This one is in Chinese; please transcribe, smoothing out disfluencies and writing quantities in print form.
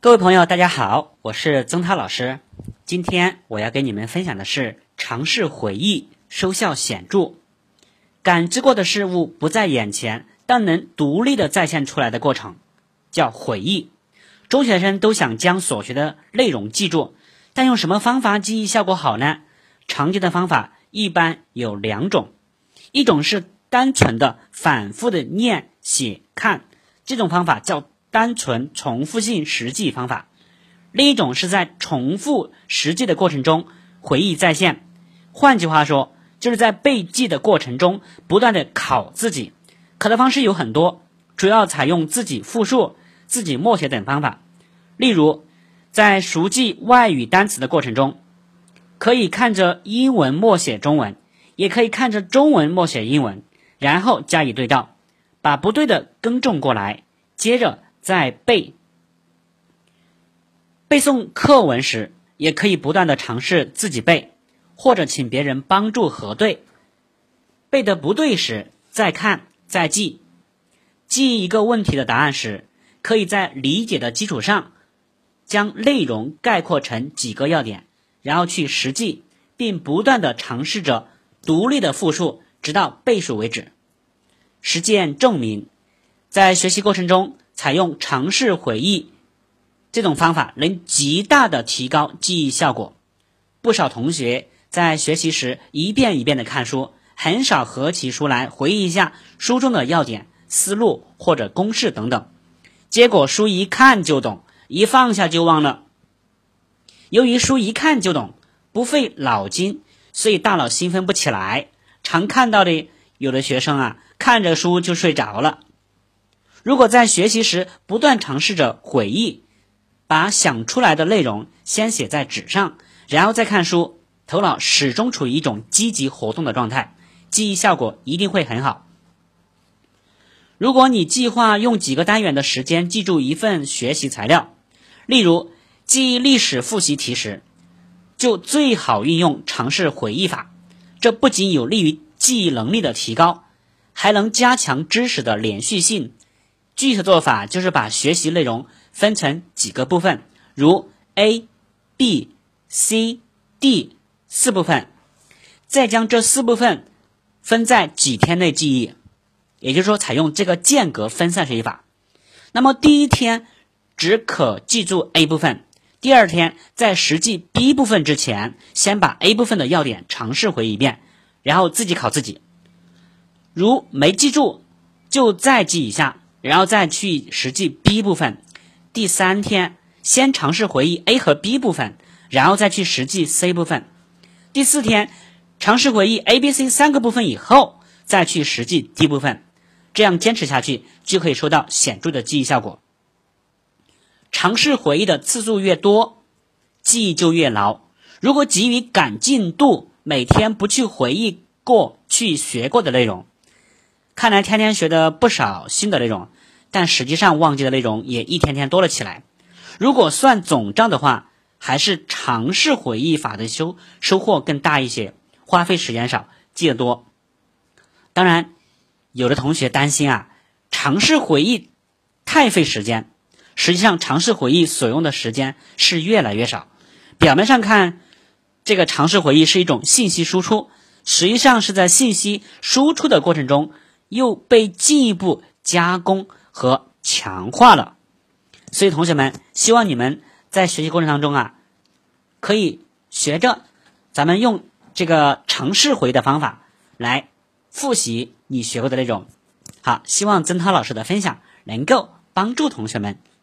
各位朋友大家好，我是曾涛老师。今天我要跟你们分享的是尝试回忆收效显著。感知过的事物不在眼前，但能独立的再现出来的过程叫回忆。中学生都想将所学的内容记住，但用什么方法记忆效果好呢？常见的方法一般有两种，一种是单纯的反复的念写看，这种方法叫单纯重复性实际方法。另一种是在重复实际的过程中回忆再现，换句话说就是在背记的过程中不断的考自己。考的方式有很多，主要采用自己复述、自己默写等方法。例如在熟记外语单词的过程中，可以看着英文默写中文，也可以看着中文默写英文，然后加以对照，把不对的更正过来，接着再背诵课文时，也可以不断的尝试自己背，或者请别人帮助核对。背得不对时，再看再记。记一个问题的答案时，可以在理解的基础上，将内容概括成几个要点，然后去实际，并不断的尝试着独立的复述，直到背熟为止。实践证明，在学习过程中采用尝试回忆这种方法能极大的提高记忆效果。不少同学在学习时一遍一遍的看书，很少合起书来回忆一下书中的要点、思路或者公式等等，结果书一看就懂，一放下就忘了。由于书一看就懂，不费脑筋，所以大脑兴奋不起来，常看到的有的学生看着书就睡着了。如果在学习时不断尝试着回忆，把想出来的内容先写在纸上，然后再看书，头脑始终处于一种积极活动的状态，记忆效果一定会很好。如果你计划用几个单元的时间记住一份学习材料，例如记忆历史复习题时，就最好运用尝试回忆法。这不仅有利于记忆能力的提高，还能加强知识的连续性。具体的做法就是把学习内容分成几个部分，如 A、B、C、D 4部分，再将这4部分分在几天内记忆，也就是说采用这个间隔分散学习法。那么第一天只可记住 A 部分，第二天在实际 B 部分之前，先把 A 部分的要点尝试回忆一遍，然后自己考自己。如没记住就再记一下，然后再去实际 B 部分。第3天先尝试回忆 A 和 B 部分，然后再去实际 C 部分。第4天尝试回忆 A、B、C 3个部分以后，再去实际 D 部分。这样坚持下去，就可以收到显著的记忆效果。尝试回忆的次数越多，记忆就越牢。如果急于赶进度，每天不去回忆过去学过的内容，看来天天学的不少新的内容，但实际上忘记的内容也一天天多了起来。如果算总账的话，还是尝试回忆法的收获更大一些，花费时间少，记得多。当然有的同学担心尝试回忆太费时间，实际上尝试回忆所用的时间是越来越少。表面上看，这个尝试回忆是一种信息输出，实际上是在信息输出的过程中又被进一步加工和强化了。所以同学们，希望你们在学习过程当中可以学着咱们用这个尝试回忆的方法来复习你学过的内容。好，希望曾涛老师的分享能够帮助同学们